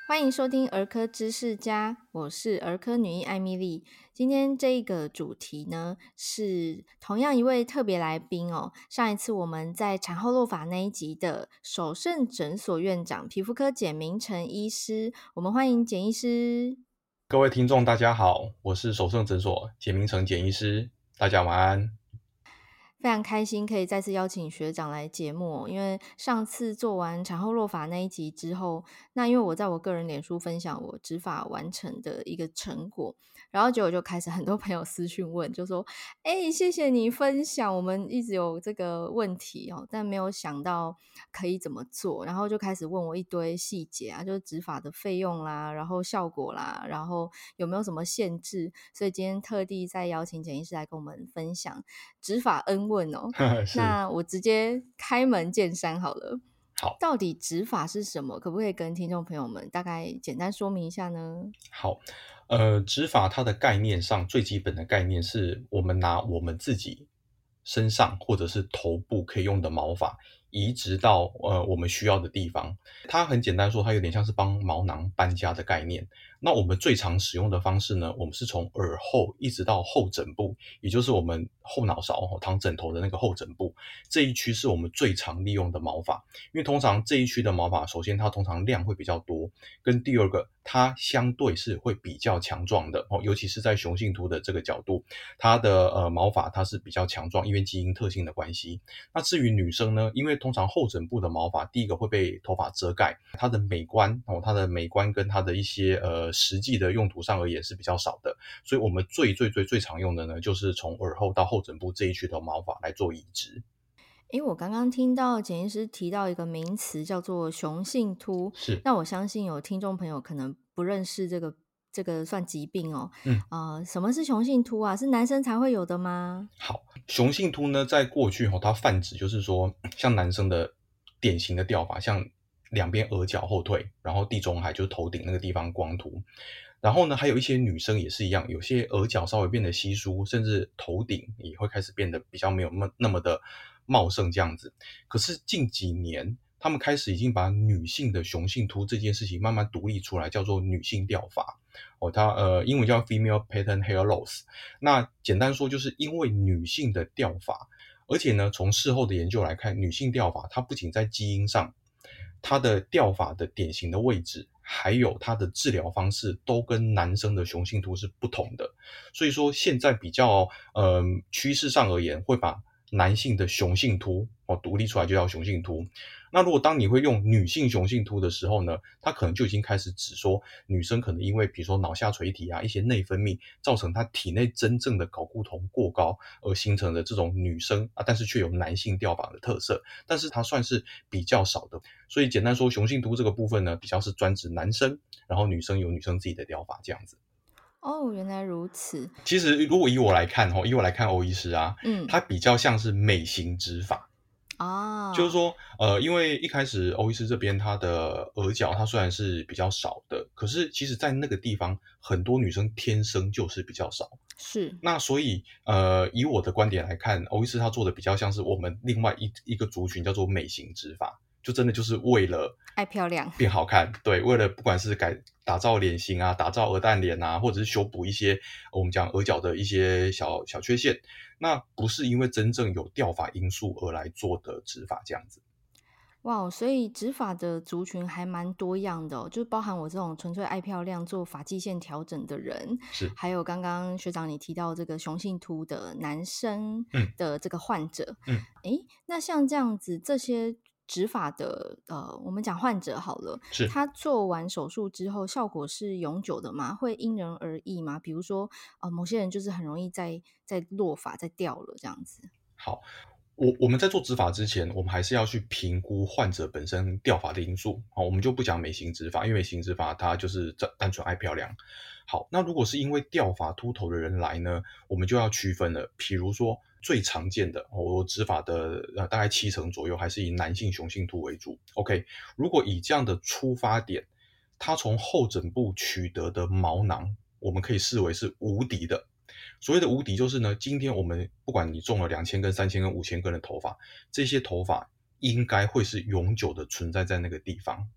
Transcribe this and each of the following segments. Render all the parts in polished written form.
欢迎收听儿科知识家，我是儿科女医艾米丽。今天这个主题呢，是同样一位特别来宾哦。上一次我们在产后落发那一集的首盛诊所院长皮肤科简明成医师，我们欢迎简医师。 各位听众大家好，我是首盛诊所简明成简医师，大家晚安。 非常开心可以再次邀请学长来节目因为上次做完产后落发那一集之后，那因为我在我个人脸书分享我植发完成的一个成果，然后结果就开始很多朋友私讯问，就说谢谢你分享，我们一直有这个问题但没有想到可以怎么做，然后就开始问我一堆细节啊，就是植发的费用啦，然后效果啦，然后有没有什么限制，所以今天特地再邀请简医师来跟我们分享植发恩问是， 那我直接开门见山好了。 好， 到底植发是什么？可不可以跟听众朋友们大概简单说明一下呢？ 好，植发它的概念上最基本的概念是我们拿我们自己身上或者是头部可以用的毛发移植到我们需要的地方。它很简单说，它有点像是帮毛囊搬家的概念。那我们最常使用的方式呢，我们是从耳后一直到后枕部，也就是我们后脑勺躺枕头的那个后枕部这一区是我们最常利用的毛发。因为通常这一区的毛发，首先它通常量会比较多，跟第二个它相对是会比较强壮的尤其是在雄性秃的这个角度，它的毛发它是比较强壮，因为基因特性的关系。那至于女生呢，因为通常后枕部的毛发第一个会被头发遮盖，它的美观跟它的一些实际的用途上而言是比较少的，所以我们最常用的呢，就是从耳后到后枕部这一区的毛发来做移植。 我刚刚听到简医师提到一个名词叫做雄性秃， 是， 那我相信有听众朋友可能不认识这个算疾病嗯。 什么是雄性秃啊？是男生才会有的吗？ 好，雄性秃呢，在过去它泛指就是说，像男生的典型的掉法，像两边额角后退，然后地中海就是头顶那个地方光秃。然后呢，还有一些女生也是一样，有些额角稍微变得稀疏，甚至头顶也会开始变得比较没有那么的茂盛这样子。可是近几年，他们开始已经把女性的雄性秃这件事情慢慢独立出来，叫做女性掉发。它英文叫 female pattern hair loss。那简单说，就是因为女性的掉发，而且呢，从事后的研究来看，女性掉发它不仅在基因上，它的掉发的典型的位置，还有它的治疗方式，都跟男生的雄性秃是不同的。所以说，现在比较趋势上而言，会把男性的雄性秃独立出来就叫雄性秃。那如果当你会用女性雄性秃的时候呢，它可能就已经开始指说女生可能因为比如说脑下垂体啊一些内分泌造成她体内真正的睾固酮过高而形成的这种女生但是却有男性掉发的特色，但是它算是比较少的。所以简单说，雄性秃这个部分呢，比较是专指男生，然后女生有女生自己的掉发这样子。 哦，原来如此。 其实如果以我来看欧医师啊， 嗯， 它比较像是美型植发。就是啊， 说，因为一开始欧医师这边他的额角它虽然是比较少的，可是其实在那个地方，很多女生天生就是比较少。 是那所以，以我的观点来看，欧医师他做的比较像是我们另外一个族群叫做美型植发，就真的就是为了爱漂亮。 变好看，对，为了不管是打造脸型啊，打造鹅蛋脸啊，或者是修补一些我们讲额角的一些小小缺陷，那不是因为真正有掉发因素而来做的植发这样子。 哇，所以植发的族群还蛮多样的就是包含我这种纯粹爱漂亮做发际线调整的人， 是， 还有刚刚学长你提到这个雄性秃的男生嗯的这个患者。 嗯， 那像这样子这些植发的我们讲患者好了， 是。 他做完手术之后效果是永久的吗？会因人而异吗？比如说某些人就是很容易再落发再掉了这样子。 好，我们在做植发之前，我们还是要去评估患者本身掉发的因素。好，我们就不讲美型植发，因为美型植发它就是单纯爱漂亮。好，那如果是因为掉发秃头的人来呢，我们就要区分了。比如说最常见的，我植发的大概70%左右还是以男性雄性秃为主。OK，如果以这样的出发点，他从后枕部取得的毛囊，我们可以视为是无敌的。所谓的无敌就是呢，今天我们不管你种了2000根、3000根、5000根的头发，这些头发应该会是永久的存在在那个地方。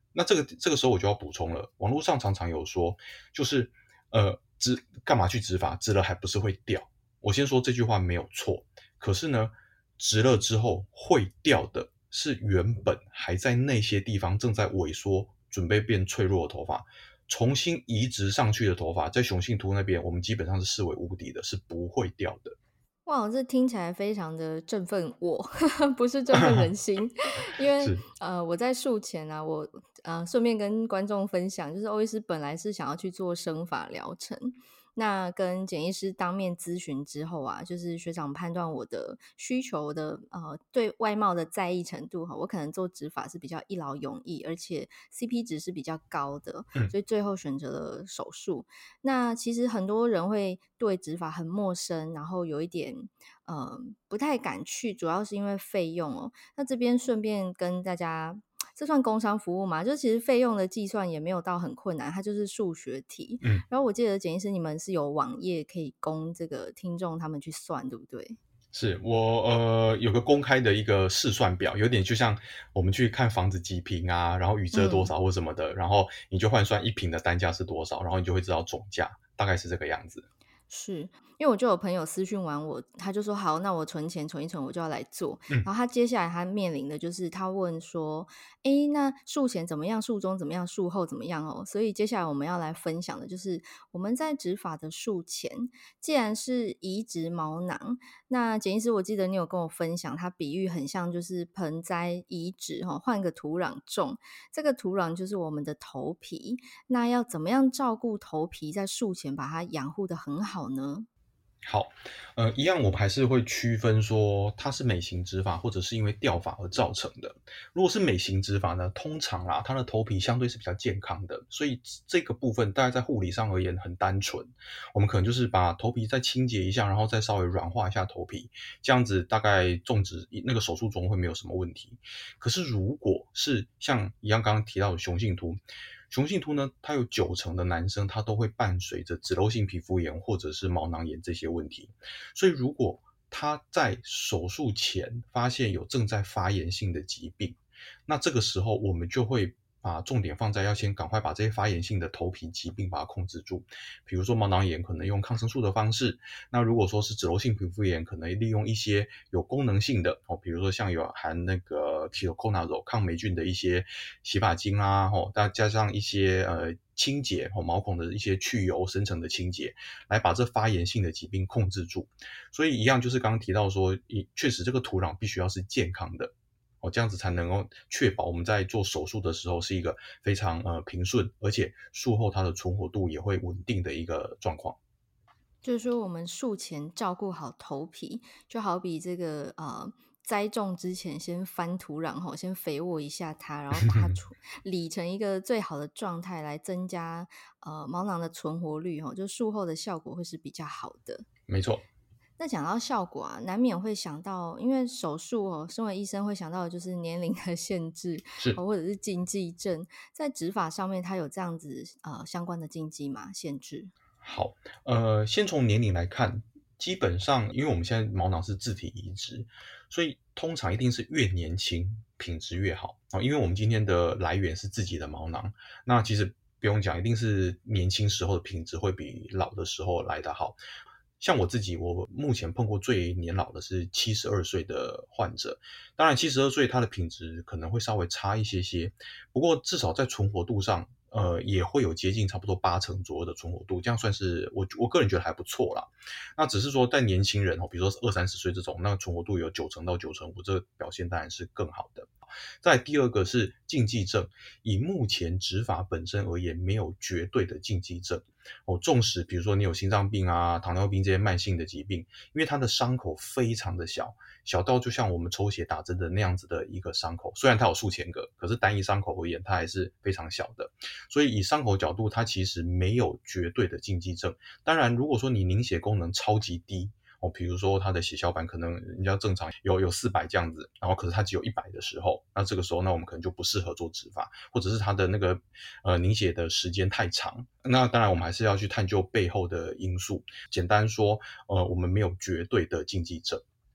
那这个时候我就要补充了，网络上常常有说，就是干嘛去植发，植了还不是会掉？我先说这句话没有错，可是呢，植了之后会掉的是原本还在那些地方正在萎缩、准备变脆弱的头发，重新移植上去的头发，在雄性秃那边，我们基本上是视为无敌的，是不会掉的。 哇，这听起来非常的振奋我，不是振奋人心。因为是， 我在术前啊，我顺便跟观众分享，就是欧医师本来是想要去做生发疗程，那跟简医师当面咨询之后啊，就是学长判断我的需求的对外貌的在意程度哈，我可能做植发是比较一劳永逸，而且 CP 值是比较高的， 嗯所以最后选择了手术。那其实很多人会对植发很陌生，然后有一点不太敢去，主要是因为费用哦。那这边顺便跟大家，这算工商服务吗？就其实费用的计算也没有到很困难，它就是数学题。 嗯。 然后我记得简医师你们是有网页可以供这个听众他们去算，对不对？ 是我有个公开的一个试算表，有点就像我们去看房子几平啊，然后雨遮多嗯。 少或什么的，然后你就换算一平的单价是多少，然后你就会知道总价，大概是这个样子。 是，因为我就有朋友私讯完我，他就说好，那我存钱存一存，我就要来做。 嗯， 然后他接下来他面临的就是他问说，诶，那术前怎么样？术中怎么样？术后怎么样哦？所以接下来我们要来分享的就是我们在植发的术前，既然是移植毛囊，那简医师我记得你有跟我分享，它比喻很像就是盆栽移植哈，换个土壤种，这个土壤就是我们的头皮。那要怎么样照顾头皮，在术前把它养护的很好呢？ 好，一样我们还是会区分说它是美型植发或者是因为掉发而造成的。如果是美型植发呢，通常啦，它的头皮相对是比较健康的，所以这个部分大概在护理上而言很单纯。我们可能就是把头皮再清洁一下，然后再稍微软化一下头皮，这样子大概种植那个手术中会没有什么问题。可是如果是像一样刚刚提到的雄性秃，雄性秃呢，它有90%的男生他都会伴随着脂漏性皮肤炎或者是毛囊炎这些问题，所以如果他在手术前发现有正在发炎性的疾病，那这个时候我们就会把重点放在要先赶快把这些发炎性的头皮疾病把它控制住。比如说毛囊炎可能用抗生素的方式，那如果说是脂漏性皮肤炎，可能利用一些有功能性的比如说像有含那个 ketoconazole 抗霉菌的一些洗发精啦，再加上一些清洁毛孔的一些去油生成的清洁，来把这发炎性的疾病控制住。所以一样就是刚刚提到说，确实这个土壤必须要是健康的。这样子才能够确保我们在做手术的时候是一个非常平顺，而且术后它的存活度也会稳定的一个状况。 就是说，我们术前照顾好头皮，就好比这个栽种之前先翻土壤吼，先肥沃一下它，然后把它理成一个最好的状态，来增加毛囊的存活率吼，就术后的效果会是比较好的。 没错， 那讲到效果啊，难免会想到，因为手术哦，身为医生会想到的就是年龄的限制是。 哦，或者是禁忌症，在植发上面它有这样子相关的禁忌吗？限制？ 好，先从年龄来看，基本上因为我们现在毛囊是自体移植，所以通常一定是越年轻品质越好因为我们今天的来源是自己的毛囊，那其实不用讲，一定是年轻时候的品质会比老的时候来得好。像我自己，我目前碰过最年老的是72岁的患者，当然72岁他的品质可能会稍微差一些些，不过至少在存活度上，也会有接近差不多80%左右的存活度，这样算是我个人觉得还不错啦。那只是说在年轻人比如说20-30岁这种，那存活度有90%到95%，这个表现当然是更好的。再第二个是禁忌症，以目前植发本身而言，没有绝对的禁忌症。纵使比如说你有心脏病啊、糖尿病这些慢性的疾病，因为它的伤口非常的小，小到就像我们抽血打针的那样子的一个伤口，虽然它有数千个，可是单一伤口而言，它还是非常小的。所以以伤口角度，它其实没有绝对的禁忌症。当然，如果说你凝血功能超级低，比如说他的血小板可能人家正常有400这样子，然后可是他只有100的时候，那这个时候那我们可能就不适合做植发，或者是他的那个凝血的时间太长，那当然我们还是要去探究背后的因素。简单说，我们没有绝对的禁忌症。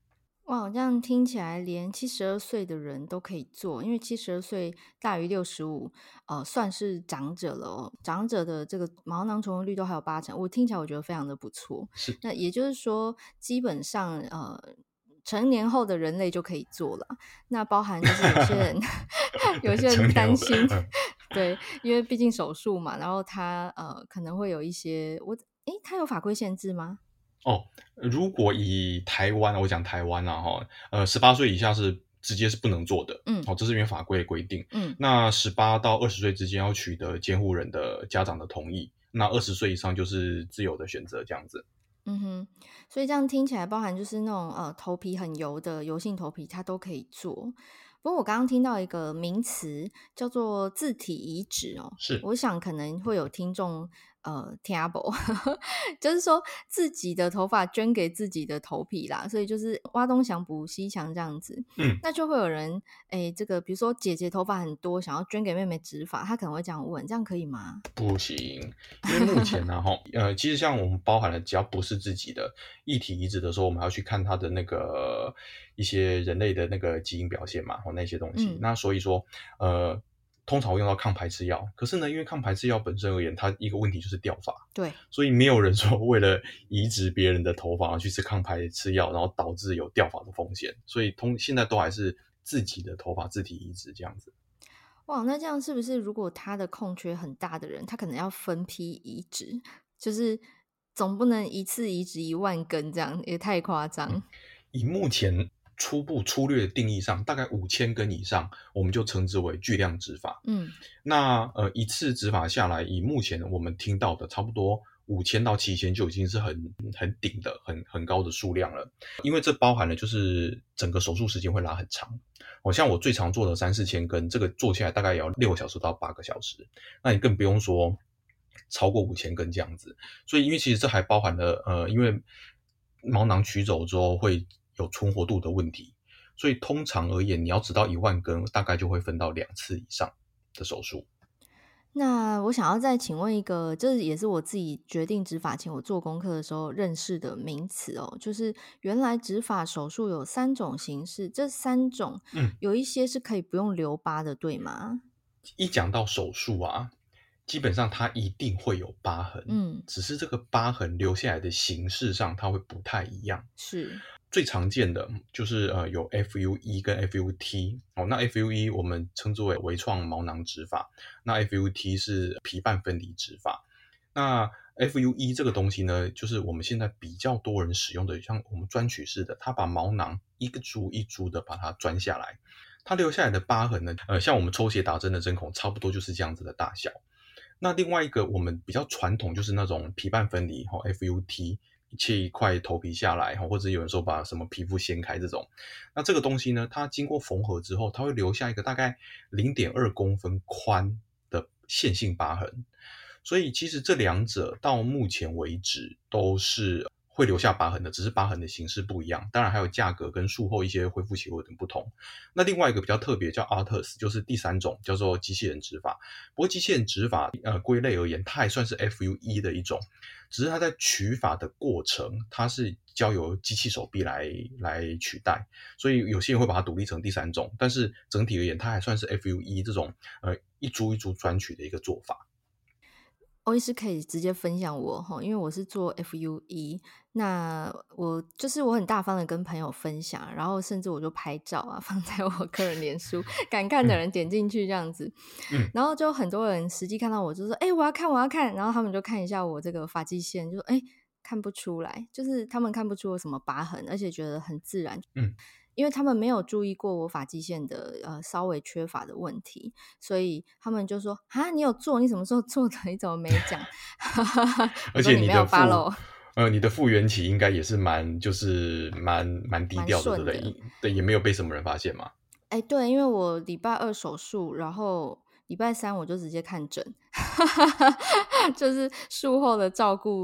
哇，这样听起来连72岁的人都可以做，因为72岁大于65，算是长者了哦。长者的这个毛囊存活率都还有80%，我听起来我觉得非常的不错。 是。 那也就是说，基本上成年后的人类就可以做了。那包含就是有些人有些人成年后， 担心，对，因为毕竟手术嘛，然后他可能会有一些他有法规限制吗？ 哦，如果以台湾，我讲台湾啊哈，18岁以下是直接是不能做的， 嗯哦，这是因为法规的规定。 嗯。 那18到20岁之间要取得监护人的家长的同意，那20岁以上就是自由的选择这样子。 嗯哼，所以这样听起来，包含就是那种头皮很油的油性头皮，它都可以做。不过我刚刚听到一个名词叫做自体移植哦， 是。 我想可能会有听众听不懂就是说自己的头发捐给自己的头皮啦，所以就是挖东墙补西墙这样子。 嗯。 那就会有人这个比如说姐姐头发很多，想要捐给妹妹植发，她可能会这样问，这样可以吗？ 不行，因为目前呢，哈，其实像我们包含了，只要不是自己的异体移植的时候，我们还要去看它的那个一些人类的那个基因表现嘛，那些东西。 嗯， 那所以说，通常会用到抗排斥药。可是呢，因为抗排斥药本身而言，它一个问题就是掉发， 对。 所以没有人说为了移植别人的头发而去吃抗排斥药，然后导致有掉发的风险。所以现在都还是自己的头发自体移植这样子。 哇，那这样是不是如果他的空缺很大的人，他可能要分批移植，就是总不能一次移植10000根，这样也太夸张。 以目前初步粗略的定义上，大概5000根以上，我们就称之为巨量植发。 嗯那一次植发下来，以目前我们听到的，差不多5000到7000就已经是很顶的、很高的数量了。因为这包含了就是整个手术时间会拉很长。像我最常做的3、4000根，这个做起来大概也要6个小时到8个小时。那你更不用说超过5000根这样子。所以因为其实这还包含了因为毛囊取走之后会有存活度的问题，所以通常而言，你要植到10000根，大概就会分到2次以上的手术。 那我想要再请问一个，这也是我自己决定植发前我做功课的时候认识的名词哦，就是原来植发手术有3种形式，这3种嗯。 有一些是可以不用留疤的，对吗？ 一讲到手术啊，基本上它一定会有疤痕， 嗯， 只是这个疤痕留下来的形式上，它会不太一样。 是， 最常见的就是有 FUE 跟 FUT 那 FUE 我们称之为微创毛囊植发，那 FUT 是皮瓣分离植发。那 FUE 这个东西呢，就是我们现在比较多人使用的，像我们钻取式的，它把毛囊一个珠一珠的把它钻下来，它留下来的疤痕呢，像我们抽血打针的针孔，差不多就是这样子的大小。那另外一个我们比较传统就是那种皮瓣分离FUT，切一块头皮下来，或者有人说把什么皮肤掀开这种。那这个东西呢，它经过缝合之后，它会留下一个大概0.2公分宽的线性疤痕。所以其实这两者到目前为止都是会留下疤痕的，只是疤痕的形式不一样。当然还有价格跟术后一些恢复期会有点不同。那另外一个比较特别叫 ARTUS， 就是第3种叫做机器人植发。不过机器人植发归类而言，它还算是 FUE 的一种，只是它在取发的过程，它是交由机器手臂来取代，所以有些人会把它独立成第3种，但是整体而言，它还算是 FUE 这种一株一株专取的一个做法。 欧医师可以直接分享我哈，因为我是做 FUE，那我很大方的跟朋友分享，然后甚至我就拍照啊放在我个人脸书，敢看的人点进去这样子， 嗯。 然后就很多人实际看到我就说，我要看我要看，然后他们就看一下我这个发际线，就说看不出来，就是他们看不出有什么疤痕，而且觉得很自然。 嗯。 因为他们没有注意过我发际线的稍微缺乏的问题，所以他们就说啊，你有做？你什么时候做的？你怎么没讲？我而说你没有且你的 follow， 你的复原期应该也是蛮低蛮调的，对不对？ 顺的。 对，也没有被什么人发现嘛。 对，因为我礼拜2手术，然后礼拜3我就直接看诊，就是术后的照顾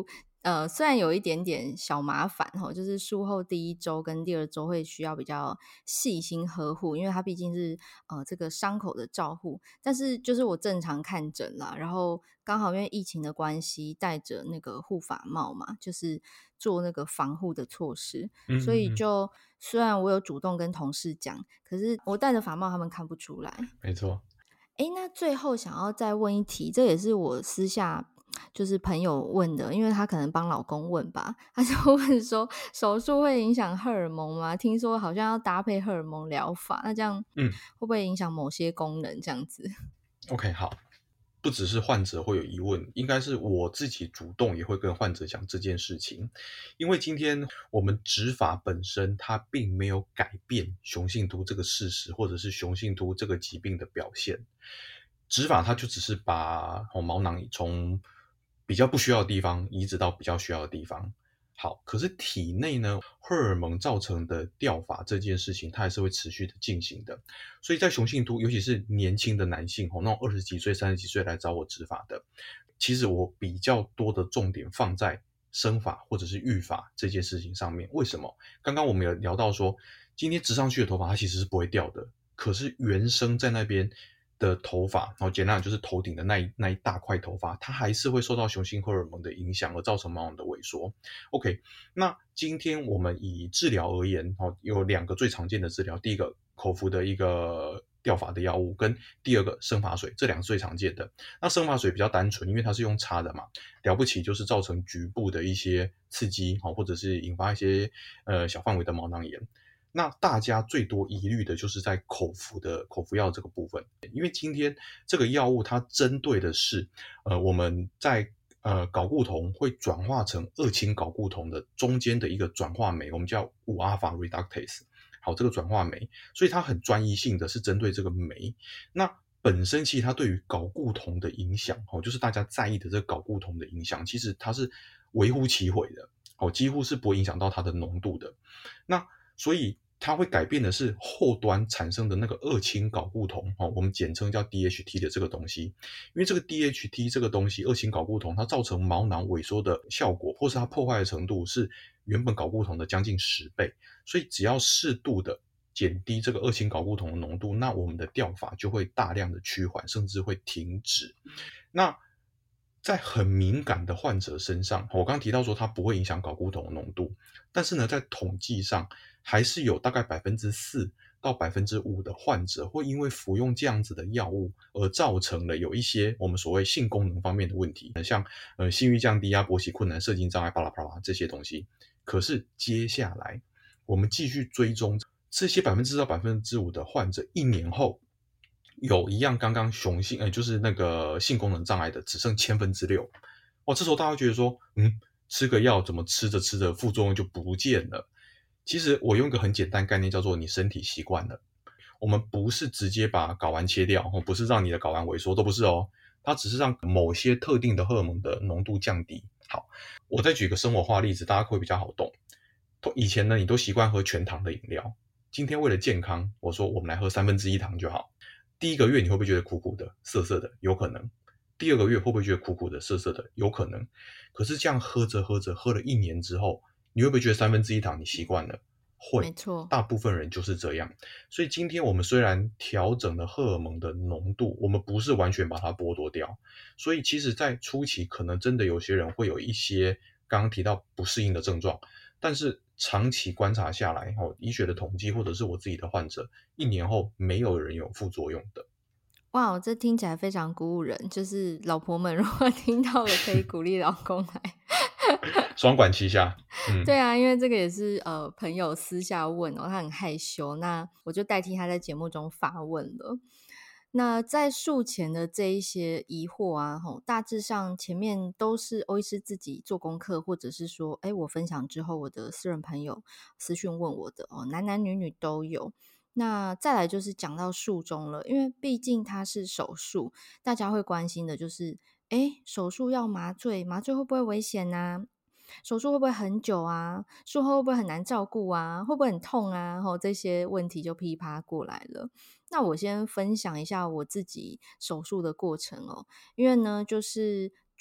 虽然有一点点小麻烦就是术后第一周跟第二周会需要比较细心呵护，因为它毕竟是这个伤口的照护。但是就是我正常看诊啦，然后刚好因为疫情的关系，戴着那个护发帽嘛，就是做那个防护的措施，所以嗯嗯嗯， 就虽然我有主动跟同事讲，可是我戴着发帽他们看不出来。 没错。 诶，那最后想要再问一题，这也是我私下就是朋友问的，因为她可能帮老公问吧，她就问说手术会影响荷尔蒙吗？听说好像要搭配荷尔蒙疗法，那这样嗯会不会影响某些功能这样子？ ，OK，好。不只是患者会有疑问，应该是我自己主动也会跟患者讲这件事情。因为今天我们植发本身它并没有改变雄性秃这个事实，或者是雄性秃这个疾病的表现。植发它就只是把毛囊从比较不需要的地方移植到比较需要的地方。好，可是体内呢，荷尔蒙造成的掉发这件事情，它还是会持续的进行的。所以在雄性秃，尤其是年轻的男性那种20几岁、30几岁来找我植发的，其实我比较多的重点放在生发或者是育发这件事情上面。为什么？刚刚我们有聊到说，今天植上去的头发它其实是不会掉的，可是原生在那边的头发，然后简单讲就是头顶的那一大块头发，它还是会受到雄性荷尔蒙的影响，而造成毛囊的萎缩。OK，那今天我们以治疗而言，有2个最常见的治疗，第一个口服的一个掉发的药物，跟第二个生发水，这2个最常见的。那生发水比较单纯，因为它是用擦的嘛，了不起就是造成局部的一些刺激，或者是引发一些小范围的毛囊炎。那大家最多疑虑的就是在口服药这个部分，因为今天这个药物它针对的是我们在睾固酮会转化成二氢睾固酮的中间的一个转化酶，我们叫5α reductase。好，这个转化酶，所以它很专一性的是针对这个酶。那本身其实它对于睾固酮的影响，就是大家在意的这个睾固酮的影响，其实它是微乎其微的，几乎是不会影响到它的浓度的。那所以它会改变的是后端产生的那个二氢睾固酮，我们简称叫 DHT 的这个东西。因为这个 DHT 这个东西，二氢睾固酮，它造成毛囊萎缩的效果，或是它破坏的程度是原本睾固酮的将近10倍。所以只要适度的减低这个二氢睾固酮的浓度，那我们的掉发就会大量的趋缓，甚至会停止。那在很敏感的患者身上，我刚刚提到说它不会影响睾固酮的浓度，但是呢，在统计上还是有大概4%到5%的患者会因为服用这样子的药物而造成了有一些我们所谓性功能方面的问题，像性欲降低啊、勃起困难、射精障碍、巴拉巴拉这些东西。可是接下来我们继续追踪这些4%到5%的患者，1年后有一样刚刚雄性，就是那个性功能障碍的，只剩6%。哇，这时候大家会觉得说，吃个药怎么吃着吃着副作用就不见了？其实我用一个很简单概念，叫做你身体习惯了。我们不是直接把睾丸切掉，不是让你的睾丸萎缩，都不是哦，它只是让某些特定的荷尔蒙的浓度降低。好，我再举个生活化例子，大家会比较好懂。以前呢，你都习惯喝全糖的饮料，今天为了健康，我说我们来喝1/3糖就好。第一个月你会不会觉得苦苦的、涩涩的？有可能。第二个月会不会觉得苦苦的、涩涩的？有可能。可是这样喝着喝着，喝了1年之后，你会不会觉得1/3糖你习惯了？会， 没错。 大部分人就是这样。所以今天我们虽然调整了荷尔蒙的浓度，我们不是完全把它剥夺掉。所以其实在初期可能真的有些人会有一些刚刚提到不适应的症状，但是长期观察下来，医学的统计或者是我自己的患者，1年后没有人有副作用的。 哇，这听起来非常鼓舞人，就是老婆们如果听到了，可以鼓励老公来。 双管齐下。 对啊，因为这个也是朋友私下问他很害羞，那我就代替他在节目中发问了。那在术前的这一些疑惑啊，大致上前面都是欧医师自己做功课，或者是说，我分享之后，我的私人朋友私讯问我的男男女女都有。那再来就是讲到术中了，因为毕竟它是手术，大家会关心的就是，手术要麻醉，麻醉会不会危险啊？手术会不会很久啊？术后会不会很难照顾啊？会不会很痛啊？这些问题就噼啪过来了。那我先分享一下我自己手术的过程哦，因为呢，就是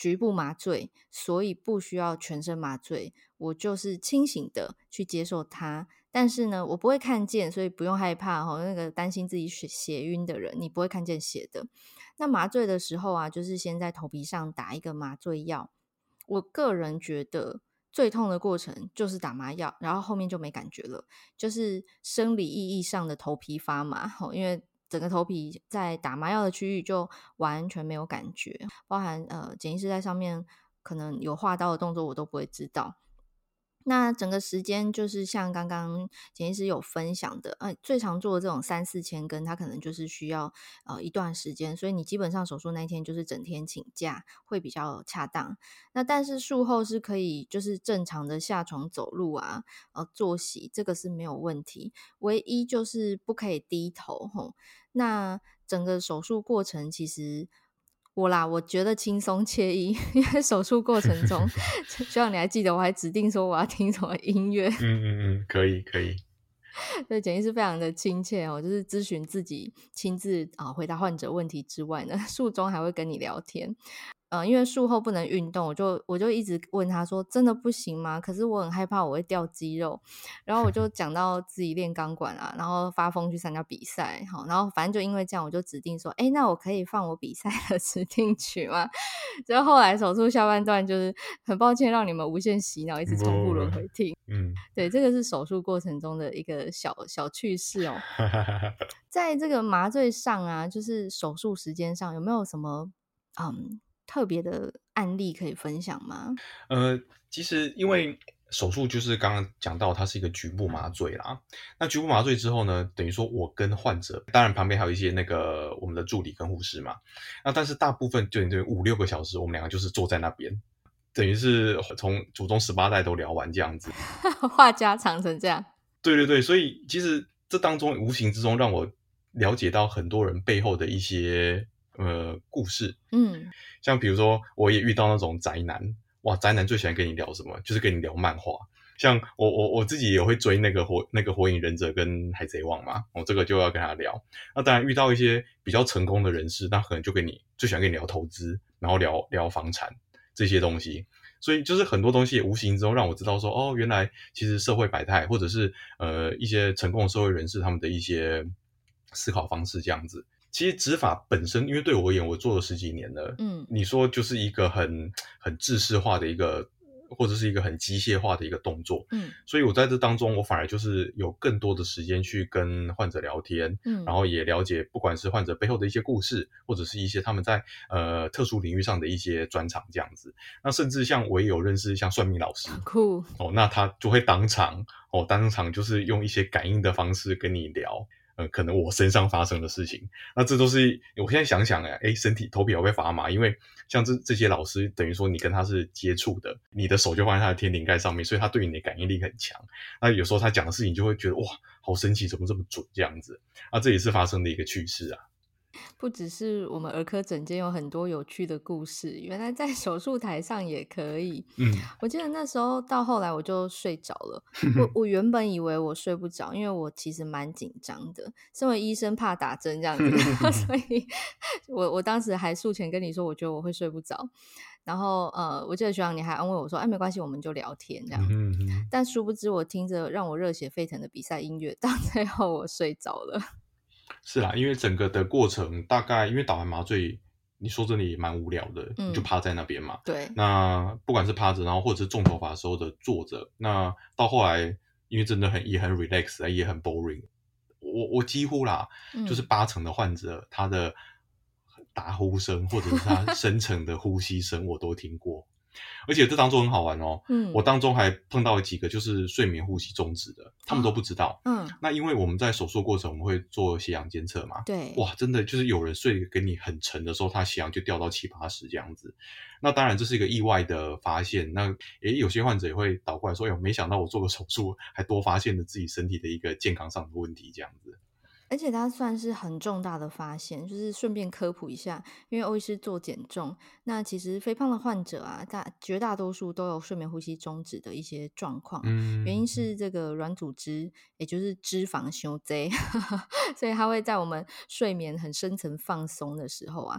局部麻醉，所以不需要全身麻醉，我就是清醒的去接受它。但是呢，我不会看见，所以不用害怕那个担心自己血晕的人，你不会看见血的。那麻醉的时候啊，就是先在头皮上打一个麻醉药。我个人觉得最痛的过程就是打麻药，然后后面就没感觉了，就是生理意义上的头皮发麻，因为整个头皮在打麻药的区域就完全没有感觉，包含检疫师在上面可能有划刀的动作我都不会知道。那整个时间就是像刚刚简医师有分享的，最常做的这种3-4千根，它可能就是需要一段时间，所以你基本上手术那一天就是整天请假会比较恰当。那但是术后是可以就是正常的下床走路啊，作息这个是没有问题，唯一就是不可以低头吼。那整个手术过程其实我觉得轻松惬意，因为手术过程中，希望你还记得，我还指定说我要听什么音乐。 可以可以。 对，简直是非常的亲切就是咨询自己亲自回答患者问题之外呢，术中还会跟你聊天。因为术后不能运动，我就一直问他说真的不行吗？可是我很害怕我会掉肌肉，然后我就讲到自己练钢管啊，然后发疯去参加比赛，然后反正就因为这样，我就指定说，那我可以放我比赛的指定曲吗？结果后来手术下半段就是很抱歉让你们无限洗脑，一直重复轮回听。对，这个是手术过程中的一个小趣事哦。在这个麻醉上啊，就是手术时间上有没有什么特别的案例可以分享吗？ 其实因为手术就是刚刚讲到，它是一个局部麻醉啦。那局部麻醉之后呢，等于说我跟患者，当然旁边还有一些那个我们的助理跟护士嘛。那但是大部分就5-6个小时，我们两个就是坐在那边，等于是从祖宗18代都聊完这样子。 话家常成这样。 对对对，所以其实这当中无形之中让我了解到很多人背后的一些故事。像比如说我也遇到那种宅男，哇，宅男最喜欢跟你聊什么？就是跟你聊漫画。像我自己也会追那个火影忍者跟海贼王嘛，这个就要跟他聊。那当然遇到一些比较成功的人士，那可能就最喜欢跟你聊投资，然后聊房产这些东西。所以就是很多东西也无形之中让我知道说，原来其实社会百态，或者是一些成功的社会人士他们的一些思考方式这样子。其实执法本身，因为对我而言，我做了10几年了，你说就是一个很制式化的一个，或者是一个很机械化的一个动作，所以我在这当中，我反而就是有更多的时间去跟患者聊天，然后也了解不管是患者背后的一些故事，或者是一些他们在特殊领域上的一些专长这样子。那甚至像我也有认识像算命老师， 酷那他就会当场就是用一些感应的方式跟你聊。可能我身上发生的事情，那这都是我现在想想身体头皮会不会发麻？因为像这些老师，等于说你跟他是接触的，你的手就放在他的天灵盖上面，所以他对你的感应力很强。那有时候他讲的事情就会觉得哇，好神奇，怎么这么准这样子？这也是发生的一个趣事啊。 不只是我们儿科诊间有很多有趣的故事，原来在手术台上也可以。我记得那时候到后来我就睡着了。我原本以为我睡不着，因为我其实蛮紧张的，身为医生怕打针这样子，所以我当时还术前跟你说，我觉得我会睡不着。然后我记得学长你还安慰我说，没关系，我们就聊天这样。但殊不知我听着让我热血沸腾的比赛音乐，到最后我睡着了。 是啦，因为整个的过程大概，因为打完麻醉，你说真的也蛮无聊的，你就趴在那边嘛。 对。 那不管是趴着，然后或者是重头发的时候的坐着，那到后来，因为真的也很 relax， 也很 boring。我几乎啦，就是80%的患者，他的打呼声或者是他深层的呼吸声，我都听过。而且这当中很好玩哦，我当中还碰到几个就是睡眠呼吸中止的，他们都不知道。那因为我们在手术过程我们会做血氧监测嘛， 对， 哇，真的就是有人睡给你很沉的时候，他血氧就掉到70-80这样子。那当然这是一个意外的发现，那有些患者也会倒过来说，没想到我做个手术还多发现了自己身体的一个健康上的问题这样子。 而且它算是很重大的发现，就是顺便科普一下，因为欧医师做减重，那其实肥胖的患者啊，绝大多数都有睡眠呼吸中止的一些状况，原因是这个软组织，也就是脂肪伤多所以它会在我们睡眠很深层放松的时候啊，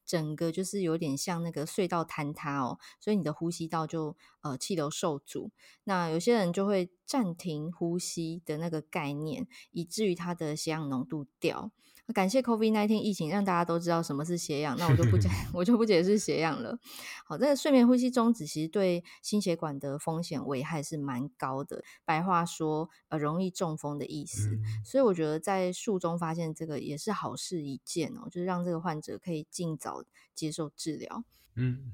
整个就是有点像那个隧道坍塌哦，所以你的呼吸道就气流受阻。那有些人就会暂停呼吸的那个概念，以至于他的血氧浓度掉。感谢 COVID-19 疫情，让大家都知道什么是血氧，那我就不讲，我就不解释血氧了。好，这个睡眠呼吸中止其实对心血管的风险危害是蛮高的，白话说，容易中风的意思。 嗯所以我觉得在术中发现这个也是好事一件哦，就是让这个患者可以尽早接受治疗。 嗯。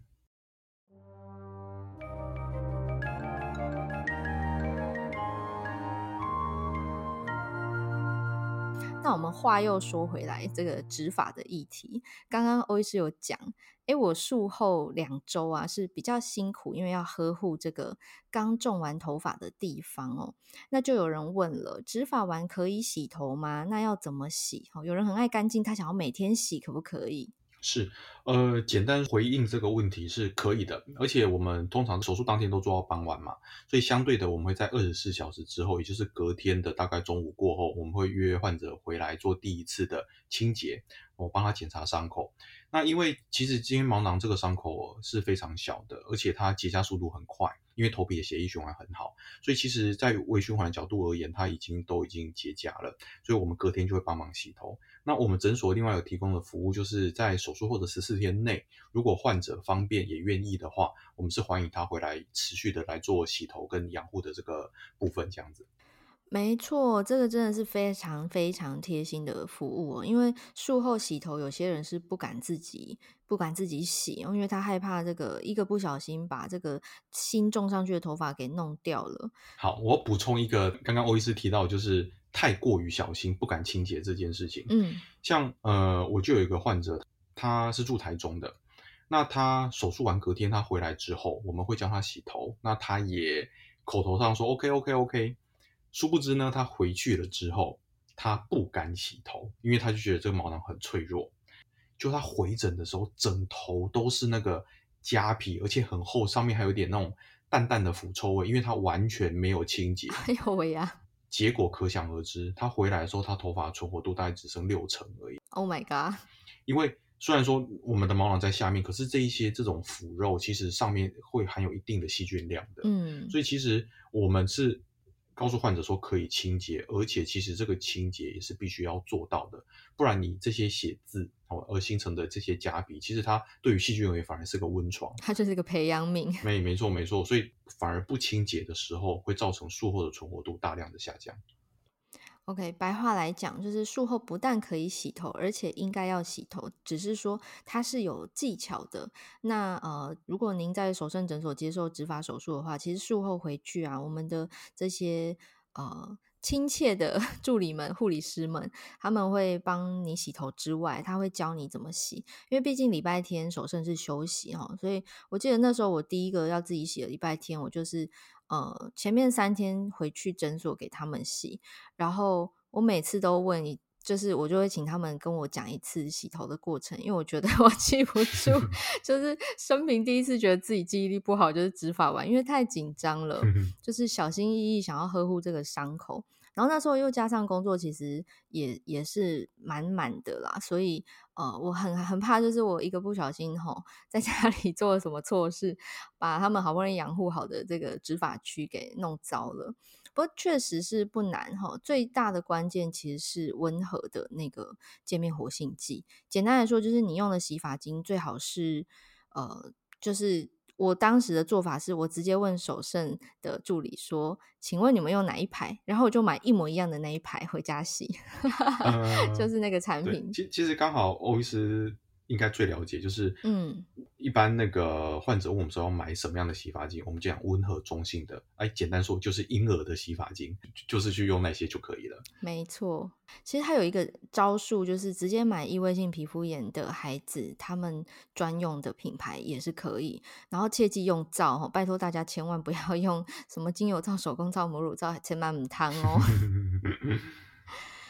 那我们话又说回来，这个植发的议题，刚刚欧医师有讲，我术后2周啊是比较辛苦，因为要呵护这个刚种完头发的地方哦。那就有人问了，植发完可以洗头吗？那要怎么洗？有人很爱干净，他想要每天洗，可不可以？ 是，简单回应这个问题是可以的，而且我们通常手术当天都做到傍晚嘛，所以相对的，我们会在24小时之后，也就是隔天的大概中午过后，我们会约患者回来做第一次的清洁，我帮他检查伤口。那因为其实今天毛囊这个伤口是非常小的，而且它结痂速度很快，因为头皮的血液循环很好，所以其实在微循环的角度而言，它都已经结痂了，所以我们隔天就会帮忙洗头。那我们诊所另外有提供的服务，就是在手术后的14天内，如果患者方便也愿意的话，我们是欢迎他回来持续的来做洗头跟养护的这个部分，这样子。 没错，这个真的是非常非常贴心的服务哦。因为术后洗头，有些人是不敢自己洗，因为他害怕这个一个不小心把这个新种上去的头发给弄掉了。 好，我补充一个，刚刚欧医师提到就是太过于小心，不敢清洁这件事情。 嗯， 像我就有一个患者，他是住台中的，那他手术完隔天他回来之后，我们会教他洗头，那他也口头上说 OK OK OK，殊不知呢，他回去了之后，他不敢洗头，因为他就觉得这个毛囊很脆弱。就他回诊的时候，整头都是那个痂皮，而且很厚，上面还有点那种淡淡的腐臭味，因为他完全没有清洁。 哎呦喂呀结果可想而知，他回来的时候，他头发存活度大概只剩60%而已。 ，Oh my god！ 因为虽然说我们的毛囊在下面，可是这种腐肉其实上面会含有一定的细菌量的， 嗯， 所以其实我们是告诉患者说可以清洁，而且其实这个清洁也是必须要做到的，不然你这些血渍而形成的这些痂皮，其实它对于细菌而言反而是个温床。 它就是个培养皿。 没错，所以反而不清洁的时候，会造成术后的存活度大量的下降。 OK，白话来讲，就是术后不但可以洗头，而且应该要洗头，只是说它是有技巧的。那如果您在手圣诊所接受植发手术的话，其实术后回去啊，我们的这些亲切的助理们、护理师们，他们会帮你洗头之外，他会教你怎么洗，因为毕竟礼拜天手圣是休息哈，所以我记得那时候我第一个要自己洗的礼拜天，我就是前面3天回去诊所给他们洗。然后我每次都问你，就是我就会请他们跟我讲一次洗头的过程，因为我觉得我记不住，就是生平第一次觉得自己记忆力不好，就是植发完，因为太紧张了，就是小心翼翼想要呵护这个伤口。然后那时候又加上工作，其实也是满满的啦，所以我很怕，就是我一个不小心在家里做了什么错事，把他们好不容易养护好的这个植发区给弄糟了。不过确实是不难哈，最大的关键其实是温和的那个界面活性剂。简单来说，就是你用的洗发精最好是就是我当时的做法是我直接问手圣的助理说：“请问你们用哪一排？”然后我就买一模一样的那一排回家洗，就呃， 是那个产对， 品。 其实刚好欧医师应该最了解，就是嗯。 一般那个患者问我们说要买什么样的洗发精，我们就讲温和中性的，简单说就是婴儿的洗发精，就是去用那些就可以了。 没错，其实还有一个招数，就是直接买异位性皮肤炎的孩子，他们专用的品牌也是可以。然后切记用皂哦，拜托大家千万不要用什么精油皂、手工皂、母乳皂，千万唔汤哦。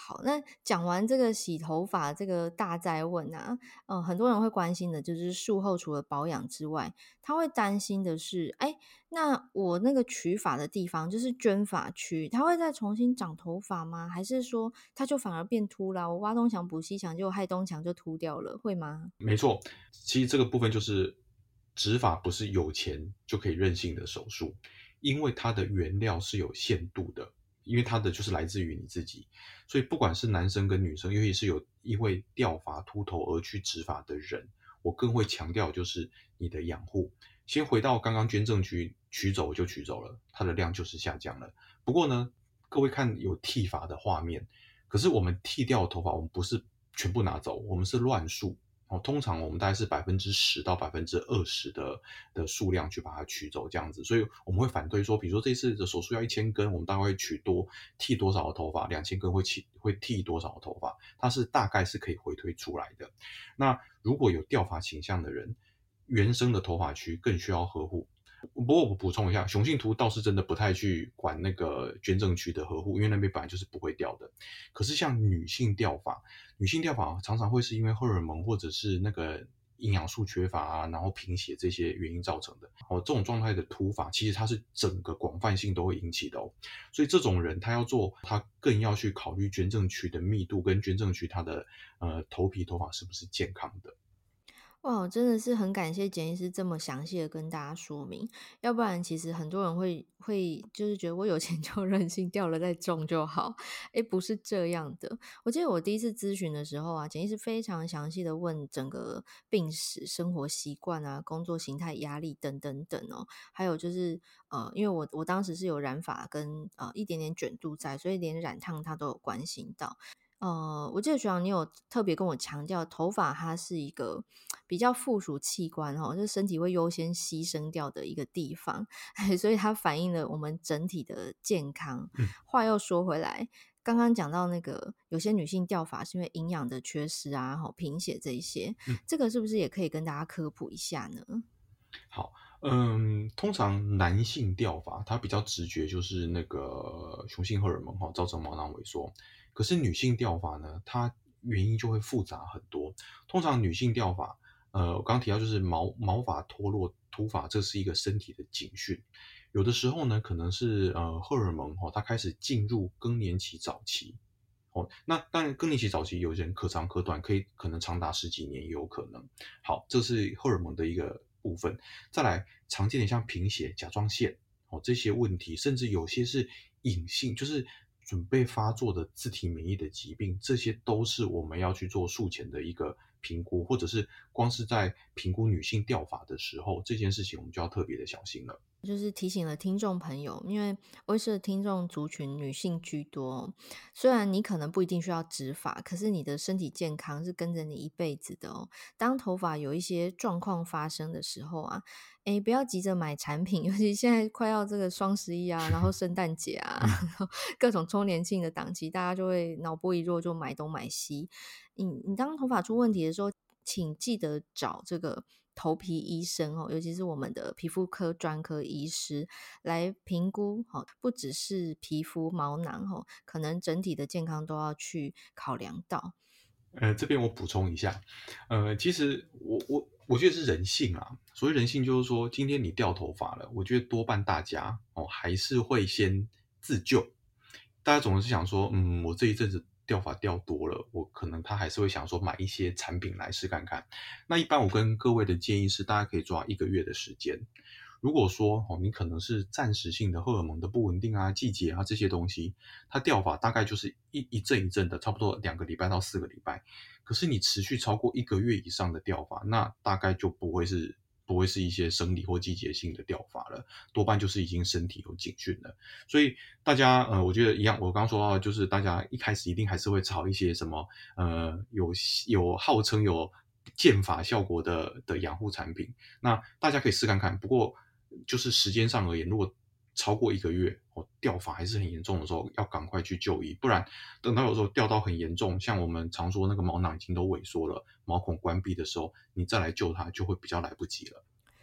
好，那讲完这个洗头发这个大哉问啊，很多人会关心的就是术后除了保养之外，他会担心的是，哎，那我那个取发的地方就是捐发区，它会再重新长头发吗？还是说它就反而变秃了？我挖东墙补西墙，结果害东墙就秃掉了，会吗？ 没错，其实这个部分就是植发不是有钱就可以任性的手术，因为它的原料是有限度的，因为它的就是来自于你自己，所以不管是男生跟女生，尤其是有因为掉发秃头而去植发的人，我更会强调就是你的养护。先回到刚刚捐赠区取走就取走了，它的量就是下降了。不过呢，各位看有剃发的画面，可是我们剃掉的头发，我们不是全部拿走，我们是乱数。通常我们大概是10%到20%的数量去把它取走这样子，所以我们会反推说，比如说这次的手术要1000根，我们大概会剃多少的头发，2000根会剃多少的头发，它是大概是可以回推出来的。那如果有掉发倾向的人，原生的头发区更需要呵护。不过我补充一下，雄性秃倒是真的不太去管那个捐赠区的呵护，因为那边本来就是不会掉的。可是像女性掉发常常会是因为荷尔蒙或者是那个营养素缺乏啊，然后贫血这些原因造成的。这种状态的秃发，其实它是整个广泛性都会引起的哦。所以这种人他要做，他更要去考虑捐赠区的密度跟捐赠区它的头皮头发是不是健康的。 哇，真的是很感谢简医师这么详细的跟大家说明，要不然其实很多人会就是觉得我有钱就任性，掉了再种就好，诶，不是这样的。我记得我第一次咨询的时候啊，简医师非常详细的问整个病史、生活习惯啊、工作形态、压力等等等哦，还有就是因为我当时是有染发跟一点点卷度在，所以连染烫他都有关心到。我记得学长你有特别跟我强调，头发它是一个比较附属器官哦，就是身体会优先牺牲掉的一个地方，所以它反映了我们整体的健康。 嗯。 话又说回来，刚刚讲到那个有些女性掉发是因为营养的缺失啊，贫血这一些， 嗯。 这个是不是也可以跟大家科普一下呢？ 好，通常男性掉发，它比较直觉就是那个雄性荷尔蒙造成毛囊萎缩。可是女性掉发呢，它原因就会复杂很多。通常女性掉发，我刚刚提到就是毛发脱落、秃发，这是一个身体的警讯。有的时候呢，可能是荷尔蒙它开始进入更年期早期。那当然更年期早期有人可长可短，可能长达十几年也有可能。好，这是荷尔蒙的一个部分。再来常见的像贫血、甲状腺这些问题，甚至有些是隐性，就是准备发作的自体免疫的疾病，这些都是我们要去做术前的一个评估，或者是光是在评估女性掉发的时候，这件事情我们就要特别的小心了。 就是提醒了听众朋友，因为威视的听众族群女性居多，虽然你可能不一定需要植发，可是你的身体健康是跟着你一辈子的哦。当头发有一些状况发生的时候啊，不要急着买产品，尤其现在快要这个双11啊，然后圣诞节啊， 嗯。 然后各种周年庆的档期，大家就会脑波一弱就买东买西。你当头发出问题的时候，请记得找这个头皮医生哦，尤其是我们的皮肤科专科医师来评估不只是皮肤毛囊可能整体的健康都要去考量到。 这边我补充一下，其实我觉得是人性啊。所谓人性，就是说，今天你掉头发了，我觉得多半大家还是会先自救。大家总是想说，我这一阵子掉发掉多了，我可能他还是会想说买一些产品来试看看。那一般我跟各位的建议是，大家可以抓1个月的时间。如果说你可能是暂时性的荷尔蒙的不稳定啊、季节啊这些东西，它掉发大概就是一阵一阵的，差不多2个礼拜到4个礼拜。可是你持续超过1个月以上的掉发，那大概就不会是一些生理或季节性的掉发了，多半就是已经身体有警讯了。所以大家我觉得一样，我刚刚说到的就是大家一开始一定还是会炒一些什么有号称有健发效果的养护产品，那大家可以试看看。不过就是时间上而言，如果超过1个月，掉发还是很严重的时候，要赶快去就医，不然等到有时候掉到很严重，像我们常说那个毛囊已经都萎缩了，毛孔关闭的时候，你再来救它就会比较来不及了。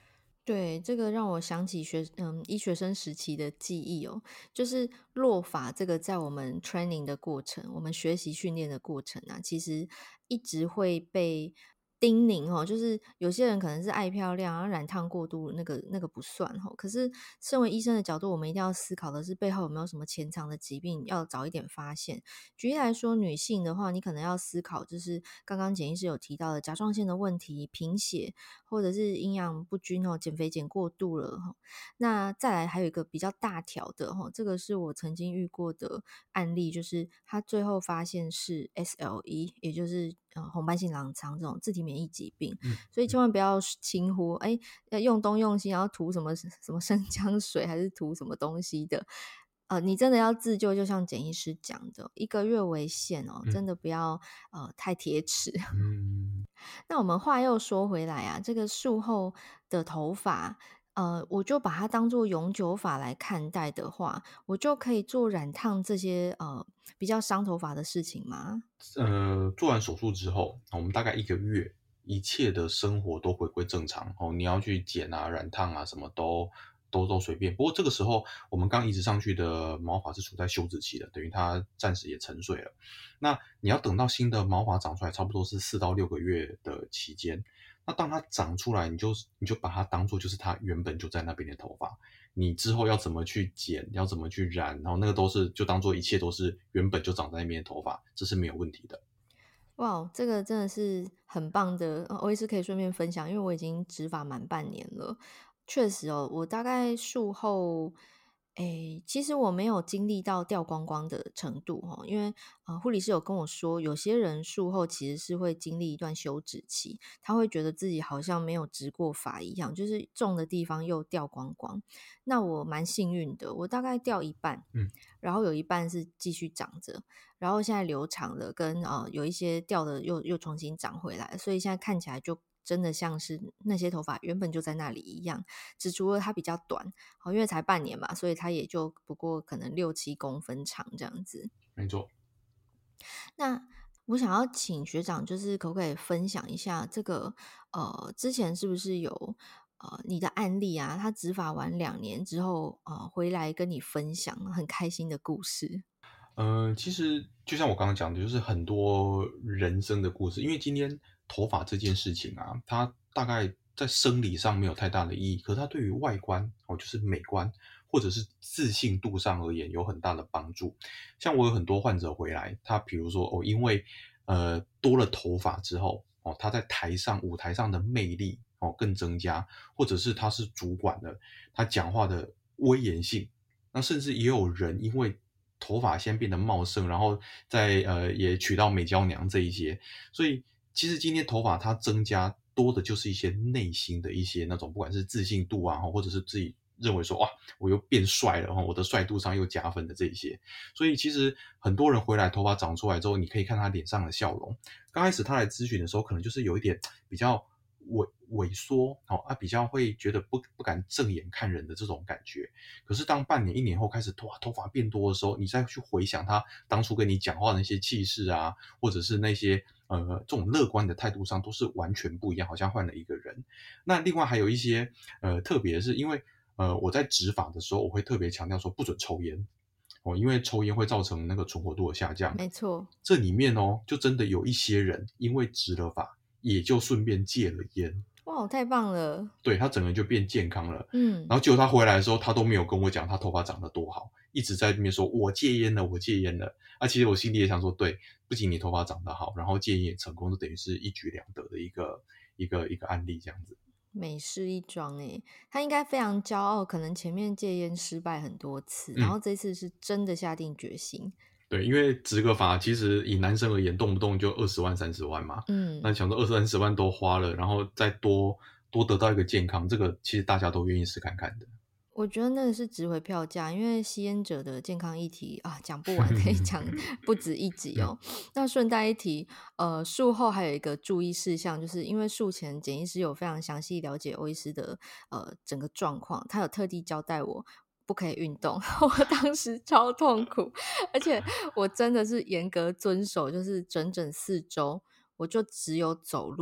对，这个让我想起医学生时期的记忆哦，就是落发这个在我们 training 的过程，我们学习训练的过程啊，其实一直会被叮咛哦，就是有些人可能是爱漂亮，然后染烫过度，那个不算哦。可是身为医生的角度，我们一定要思考的是背后有没有什么潜藏的疾病，要早一点发现。举例来说，女性的话，你可能要思考，就是刚刚简医师有提到的甲状腺的问题、贫血，或者是营养不均哦，减肥减过度了哈。那再来还有一个比较大条的哈，这个是我曾经遇过的案例，就是他最后发现是 SLE，也就是红斑性狼疮这种自体免疫疾病， 嗯所以千万不要轻忽，要用东用西，然后涂什么生姜水，还是涂什么东西的。你真的要自救，就像简医师讲的，1个月为限哦， 嗯真的不要太铁齿。 嗯。 那我们话又说回来啊，这个术后的头发，我就把它当做永久发来看待的话，我就可以做染烫这些比较伤头发的事情吗？ 做完手术之后，我们大概1个月，一切的生活都回归正常哦。你要去剪啊、染烫啊，什么都随便。不过这个时候，我们刚移植上去的毛发是处在休止期的，等于它暂时也沉睡了。那你要等到新的毛发长出来，差不多是4到6个月的期间。那当它长出来，你就把它当做就是它原本就在那边的头发。你之后要怎么去剪，要怎么去染，然后那个都是就当做一切都是原本就长在那边的头发，这是没有问题的。 哇，这个真的是很棒的，我也是可以顺便分享，因为我已经植发满半年了。确实哦，我大概术后，其实我没有经历到掉光光的程度哦，因为护理师有跟我说，有些人术后其实是会经历一段休止期，他会觉得自己好像没有植过发一样，就是种的地方又掉光光。那我蛮幸运的，我大概掉一半， 嗯， 然后有一半是继续长着。然后现在留长了，跟有一些掉的又重新长回来，所以现在看起来就真的像是那些头发原本就在那里一样，只除了它比较短，好，因为才半年嘛，所以它也就不过可能6、7公分长这样子。 没错。 那我想要请学长，就是可不可以分享一下这个之前是不是有你的案例啊？他执法完2年之后回来跟你分享很开心的故事？ 其实就像我刚刚讲的，就是很多人生的故事。因为今天头发这件事情啊，它大概在生理上没有太大的意义，可是它对于外观哦，就是美观或者是自信度上而言有很大的帮助。像我有很多患者回来，他比如说因为多了头发之后哦，他在舞台上的魅力哦更增加，或者是他是主管的，他讲话的威严性。那甚至也有人因为头发先变得茂盛，然后再也娶到美娇娘这一些，所以其实今天头发它增加多的就是一些内心的一些那种，不管是自信度啊，或者是自己认为说哇我又变帅了，我的帅度上又加分的这一些。所以其实很多人回来头发长出来之后，你可以看他脸上的笑容。刚开始他来咨询的时候，可能就是有一点比较萎缩，比较会觉得不敢正眼看人的这种感觉。可是当半年、1年后开始头发变多的时候，你再去回想他当初跟你讲话的那些气势啊，或者是那些这种乐观的态度上，都是完全不一样，好像换了一个人。那另外还有一些特别的是，因为我在植发的时候，我会特别强调说不准抽烟。因为抽烟会造成那个存活度的下降。 没错。 这里面就真的有一些人因为植了发，也就顺便戒了烟。 哇，太棒了。 对，他整个人就变健康了。 嗯。 然后结果他回来的时候，他都没有跟我讲他头发长得多好，一直在那边说我戒烟了，我戒烟了。其实我心里也想说，对，不仅你头发长得好，然后戒烟也成功，就等于是一举两得的一个案例这样子。 美事一桩诶，他应该非常骄傲，可能前面戒烟失败很多次，然嗯， 后这次是真的下定决心。 对，因为植个发其实以男生而言，动不动就20万、30万嘛。 嗯。 那想说20、30万都花了，然后再多得到一个健康，这个其实大家都愿意试看看的。 我觉得那个是值回票价，因为吸烟者的健康议题啊，讲不完，可以讲不止一集嗯哦。那顺带一提，术后还有一个注意事项，就是因为术前简医师有非常详细了解欧医师的整个状况，他有特地交代我不可以运动，我当时超痛苦，而且我真的是严格遵守，就是整整4周，我就只有走路。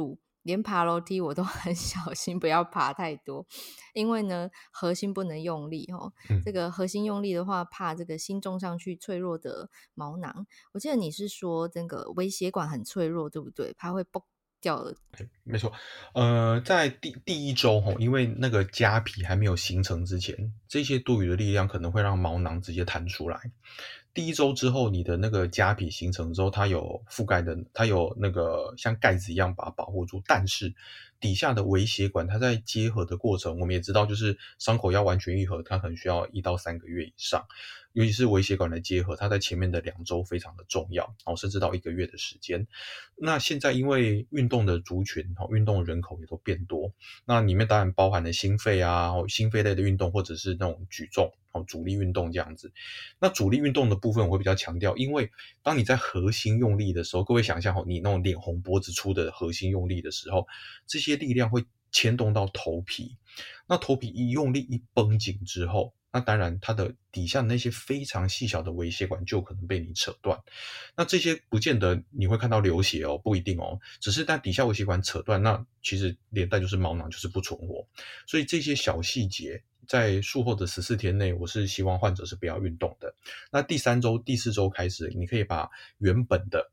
连爬楼梯我都很小心，不要爬太多，因为呢，核心不能用力哦。这嗯。 个核心用力的话，怕这个心重上去脆弱的毛囊。我记得你是说这个微血管很脆弱，对不对？怕会崩掉了。 没错，在第一周因为那个痂皮还没有形成之前，这些多余的力量可能会让毛囊直接弹出来。第一周之后，你的那个痂皮形成之后，它有覆盖的，它有那个像盖子一样把它保护住，但是底下的微血管它在结合的过程，我们也知道，就是伤口要完全愈合，它可能需要1到3个月以上。尤其是微血管的结合，它在前面的2周非常的重要，甚至到1个月的时间。那现在因为运动的族群，运动人口也都变多，那里面当然包含了心肺啊，心肺类的运动，或者是那种举重，阻力运动这样子。那阻力运动的部分我会比较强调，因为当你在核心用力的时候，各位想象你那种脸红脖子粗的核心用力的时候，这些力量会牵动到头皮。那头皮一用力一绷紧之后，那当然它的底下的那些非常细小的微血管就可能被你扯断。那这些不见得你会看到流血不一定只是在底下微血管扯断，那其实连带就是毛囊就是不存活。所以这些小细节在术后的14天内，我是希望患者是不要运动的。那第3周、第4周开始，你可以把原本的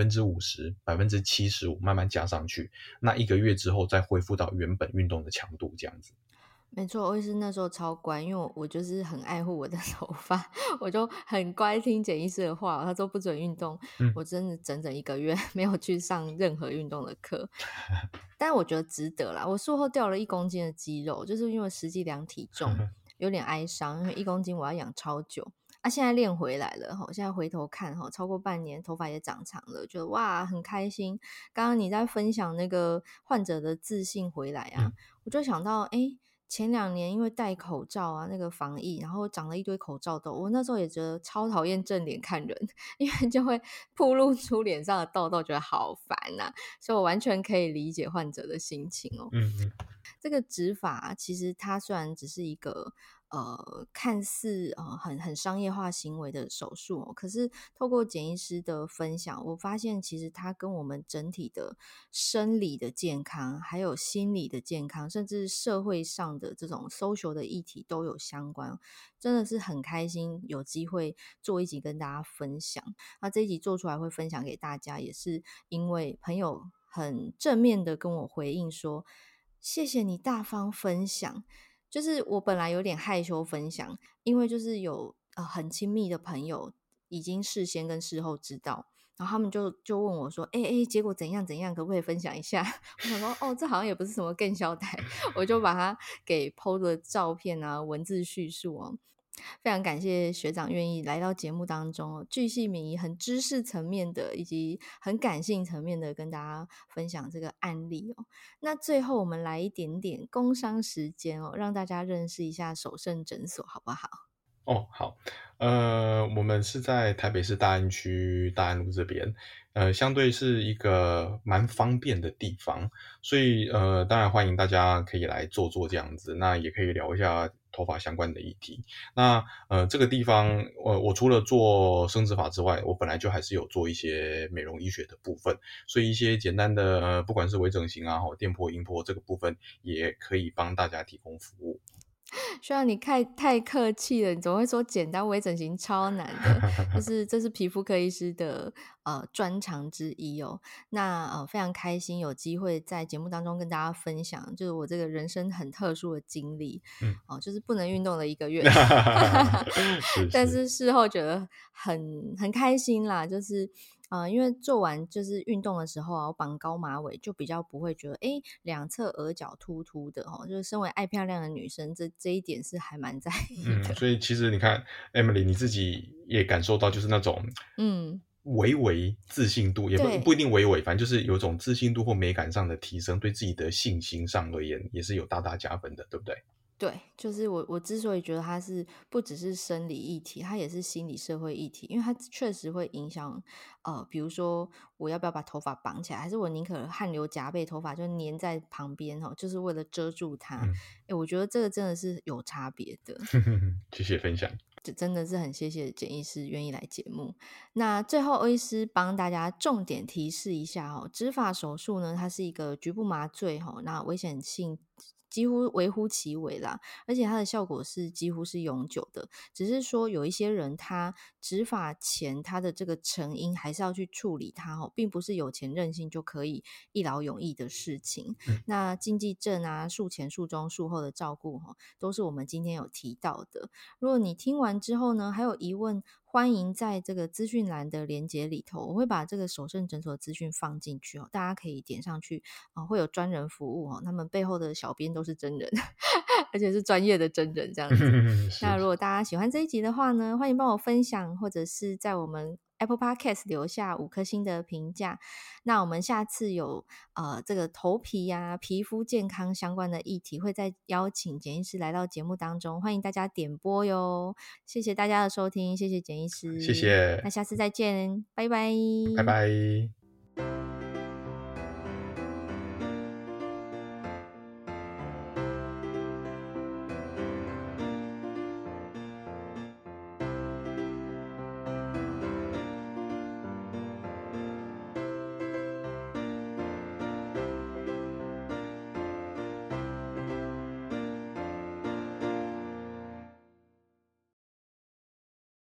50%、75%慢慢加上去，那1个月之后再恢复到原本运动的强度这样子。 没错，我也是那时候超乖，因为我就是很爱护我的头发，我就很乖听简医师的话，他说不准运动， 嗯。 我真的整整1个月没有去上任何运动的课，但我觉得值得啦。我术后掉了1公斤的肌肉，就是因为实际量体重有点哀伤，因为1公斤我要养超久啊，现在练回来了哈，现在回头看哈，超过半年，头发也长长了，觉得哇很开心。刚刚你在分享那个患者的自信回来啊， 嗯。 我就想到前2年因为戴口罩啊，那个防疫，然后长了一堆口罩痘，我那时候也觉得超讨厌正脸看人，因为就会暴露出脸上的痘痘，觉得好烦啊，所以我完全可以理解患者的心情哦。 嗯嗯。 这个植发其实它虽然只是一个看似很商业化行为的手术可是透过简医师的分享，我发现其实它跟我们整体的生理的健康，还有心理的健康，甚至社会上的这种 social 的议题都有相关，真的是很开心有机会做一集跟大家分享。那这一集做出来会分享给大家，也是因为朋友很正面的跟我回应说，谢谢你大方分享。就是我本来有点害羞分享，因为就是有很亲密的朋友已经事先跟事后知道，然后他们就问我说，结果怎样怎样，可不可以分享一下？我想说，这好像也不是什么更小台，我就把它给 PO 了照片啊，文字叙述哦。非常感谢学长愿意来到节目当中巨细靡遗、很知识层面的，以及很感性层面的跟大家分享这个案例哦。那最后我们来一点点工商时间让大家认识一下首盛诊所，好不好？ 好，我们是在台北市大安区大安路这边，相对是一个蛮方便的地方，所以当然欢迎大家可以来坐坐这样子，那也可以聊一下头发相关的议题。那这个地方，我除了做生殖法之外，我本来就还是有做一些美容医学的部分，所以一些简单的不管是微整形啊、电波、音波这个部分，也可以帮大家提供服务。 虽然你太客气了，你总会说简单微整形超难的，就是这是皮肤科医师的专长之一哦。那非常开心有机会在节目当中跟大家分享，就是我这个人生很特殊的经历， 嗯。 就是不能运动的1个月， 是是。 但是事后觉得很开心啦，就是因为做完就是运动的时候我绑高马尾就比较不会觉得两侧额角突突的就是身为爱漂亮的女生，这一点是还蛮在意的。 所以其实你看 Emily 你自己也感受到就是那种嗯， 微微自信度，也不对。 一定微微，反正就是有种自信度或美感上的提升，对自己的信心上而言也是有大大加分的，对不对？ 对，就是我之所以觉得它是不只是生理议题，它也是心理社会议题，因为它确实会影响比如说我要不要把头发绑起来，还是我宁可汗流浃背，头发就粘在旁边就是为了遮住它。我觉得这个真的是有差别的。 谢谢分享。 这真的是很谢谢简医师愿意来节目。那最后欧医师帮大家重点提示一下植发手术呢，它是一个局部麻醉那危险性几乎微乎其微啦，而且它的效果是几乎是永久的。只是说有一些人他植发前他的这个成因还是要去处理它并不是有钱任性就可以一劳永逸的事情。那禁忌症啊、术前、术中、术后的照顾都是我们今天有提到的。如果你听完之后呢，还有疑问，欢迎在这个资讯栏的连结里头，我会把这个首盛诊所的资讯放进去大家可以点上去会有专人服务他们背后的小编都是真人而且是专业的真人这样子。那如果大家喜欢这一集的话呢，欢迎帮我分享，或者是在我们Apple Podcast 留下5颗星的评价。那我们下次有这个头皮皮肤健康相关的议题，会再邀请简医师来到节目当中，欢迎大家点播哟。谢谢大家的收听，谢谢简医师， 谢谢， 那下次再见，拜拜， 拜拜。